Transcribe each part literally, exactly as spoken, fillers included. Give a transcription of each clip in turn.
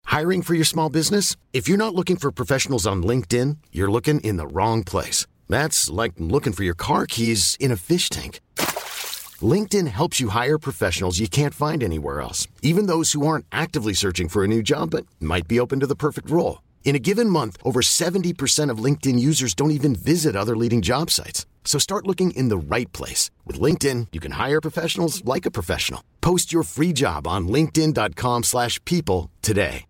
Hiring for your small business? If you're not looking for professionals on LinkedIn, you're looking in the wrong place. That's like looking for your car keys in a fish tank. LinkedIn helps you hire professionals you can't find anywhere else, even those who aren't actively searching for a new job but might be open to the perfect role. In a given month, over seventy percent of LinkedIn users don't even visit other leading job sites. So start looking in the right place. With LinkedIn, you can hire professionals like a professional. Post your free job on linkedin.com slash people today.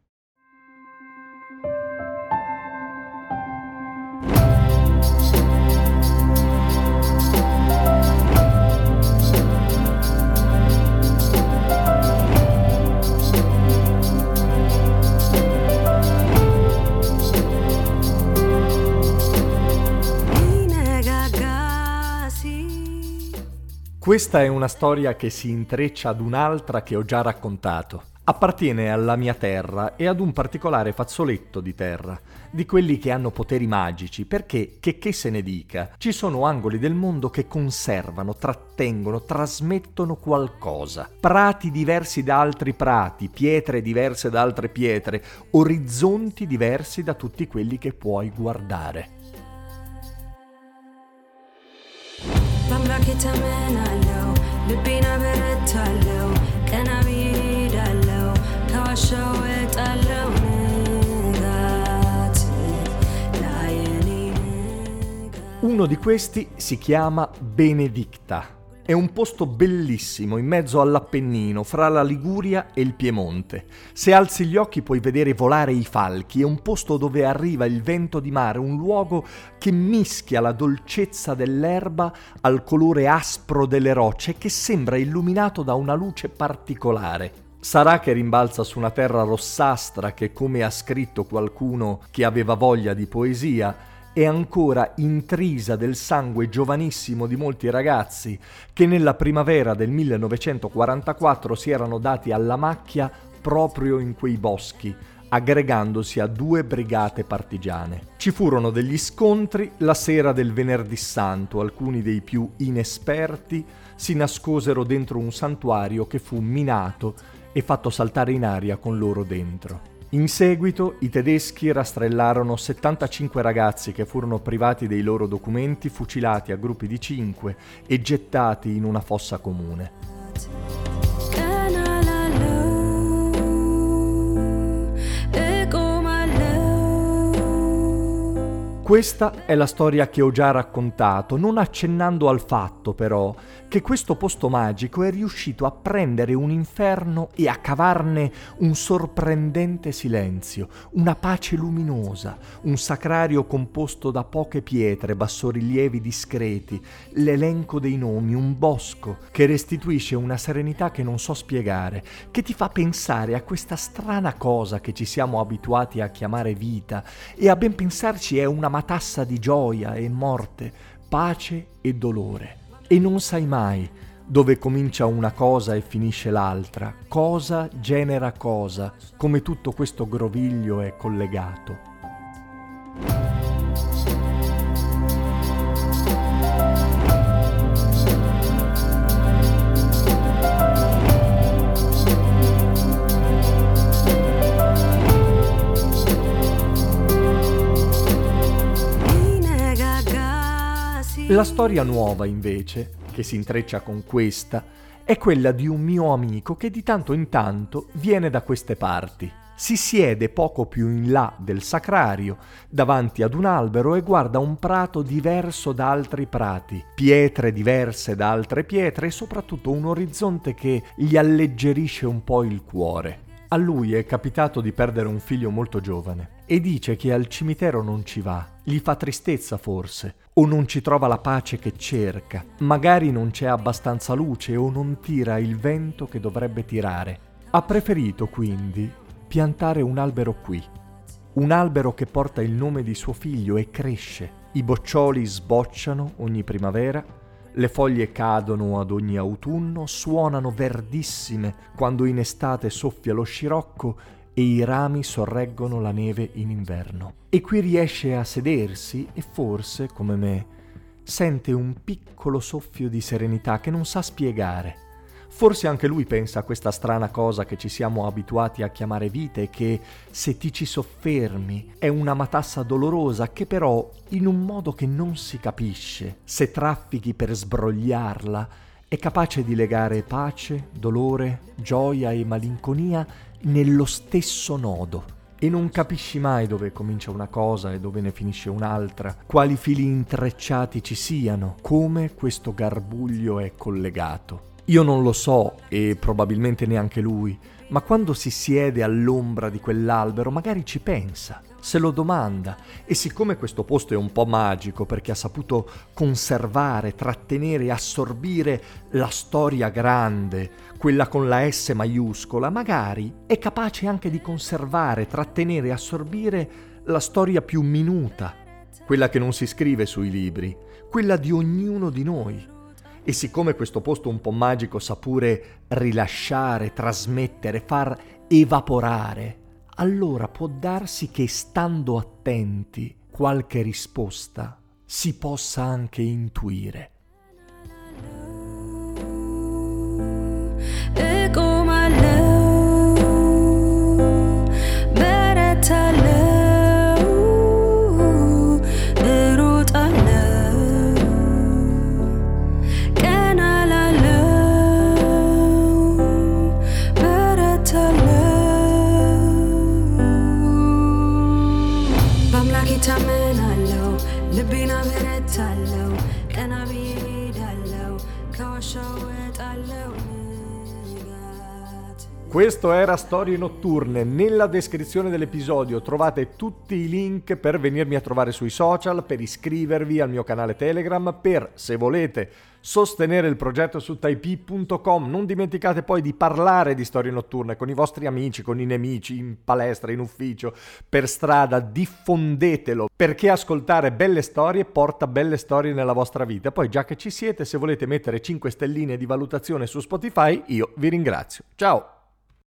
Questa è una storia che si intreccia ad un'altra che ho già raccontato. Appartiene alla mia terra e ad un particolare fazzoletto di terra, di quelli che hanno poteri magici, perché, che che se ne dica, ci sono angoli del mondo che conservano, trattengono, trasmettono qualcosa. Prati diversi da altri prati, pietre diverse da altre pietre, orizzonti diversi da tutti quelli che puoi guardare. Uno di questi si chiama Benedicta. È un posto bellissimo in mezzo all'Appennino, fra la Liguria e il Piemonte. Se alzi gli occhi puoi vedere volare i falchi. È un posto dove arriva il vento di mare, un luogo che mischia la dolcezza dell'erba al colore aspro delle rocce e che sembra illuminato da una luce particolare. Sarà che rimbalza su una terra rossastra che, come ha scritto qualcuno che aveva voglia di poesia, è ancora intrisa del sangue giovanissimo di molti ragazzi che nella primavera del millenovecentoquarantaquattro si erano dati alla macchia proprio in quei boschi, aggregandosi a due brigate partigiane. Ci furono degli scontri la sera del Venerdì Santo. Alcuni dei più inesperti si nascosero dentro un santuario che fu minato e fatto saltare in aria con loro dentro. In seguito i tedeschi rastrellarono settantacinque ragazzi che furono privati dei loro documenti, fucilati a gruppi di cinque e gettati in una fossa comune. Questa è la storia che ho già raccontato, non accennando al fatto però che questo posto magico è riuscito a prendere un inferno e a cavarne un sorprendente silenzio, una pace luminosa, un sacrario composto da poche pietre, bassorilievi discreti, l'elenco dei nomi, un bosco che restituisce una serenità che non so spiegare, che ti fa pensare a questa strana cosa che ci siamo abituati a chiamare vita e a ben pensarci è una matassa di gioia e morte, pace e dolore. E non sai mai dove comincia una cosa e finisce l'altra, cosa genera cosa, come tutto questo groviglio è collegato. La storia nuova, invece, che si intreccia con questa, è quella di un mio amico che di tanto in tanto viene da queste parti. Si siede poco più in là del sacrario, davanti ad un albero e guarda un prato diverso da altri prati, pietre diverse da altre pietre e soprattutto un orizzonte che gli alleggerisce un po' il cuore. A lui è capitato di perdere un figlio molto giovane e dice che al cimitero non ci va, gli fa tristezza forse, o non ci trova la pace che cerca, magari non c'è abbastanza luce o non tira il vento che dovrebbe tirare. Ha preferito quindi piantare un albero qui, un albero che porta il nome di suo figlio e cresce. I boccioli sbocciano ogni primavera, le foglie cadono ad ogni autunno, suonano verdissime quando in estate soffia lo scirocco e i rami sorreggono la neve in inverno. E qui riesce a sedersi e forse, come me, sente un piccolo soffio di serenità che non sa spiegare. Forse anche lui pensa a questa strana cosa che ci siamo abituati a chiamare vita e che, se ti ci soffermi, è una matassa dolorosa che però, in un modo che non si capisce, se traffichi per sbrogliarla, è capace di legare pace, dolore, gioia e malinconia nello stesso nodo. E non capisci mai dove comincia una cosa e dove ne finisce un'altra, quali fili intrecciati ci siano, come questo garbuglio è collegato. Io non lo so, e probabilmente neanche lui, ma quando si siede all'ombra di quell'albero magari ci pensa, se lo domanda, e siccome questo posto è un po' magico perché ha saputo conservare, trattenere e assorbire la storia grande, quella con la S maiuscola, magari è capace anche di conservare, trattenere e assorbire la storia più minuta, quella che non si scrive sui libri, quella di ognuno di noi. E siccome questo posto un po' magico sa pure rilasciare, trasmettere, far evaporare, allora può darsi che, stando attenti, qualche risposta si possa anche intuire. ታመናለው ልቤና በረታለው ቀና ብዬ ሄዳለው ከዋሻው እወጣለው ንጋት። Questo era Storie Notturne. Nella descrizione dell'episodio trovate tutti i link per venirmi a trovare sui social, per iscrivervi al mio canale Telegram, per, se volete, sostenere il progetto su Typee punto com. Non dimenticate poi di parlare di Storie Notturne con i vostri amici, con i nemici, in palestra, in ufficio, per strada. Diffondetelo, perché ascoltare belle storie porta belle storie nella vostra vita. Poi, già che ci siete, se volete mettere cinque stelline di valutazione su Spotify, io vi ringrazio. Ciao!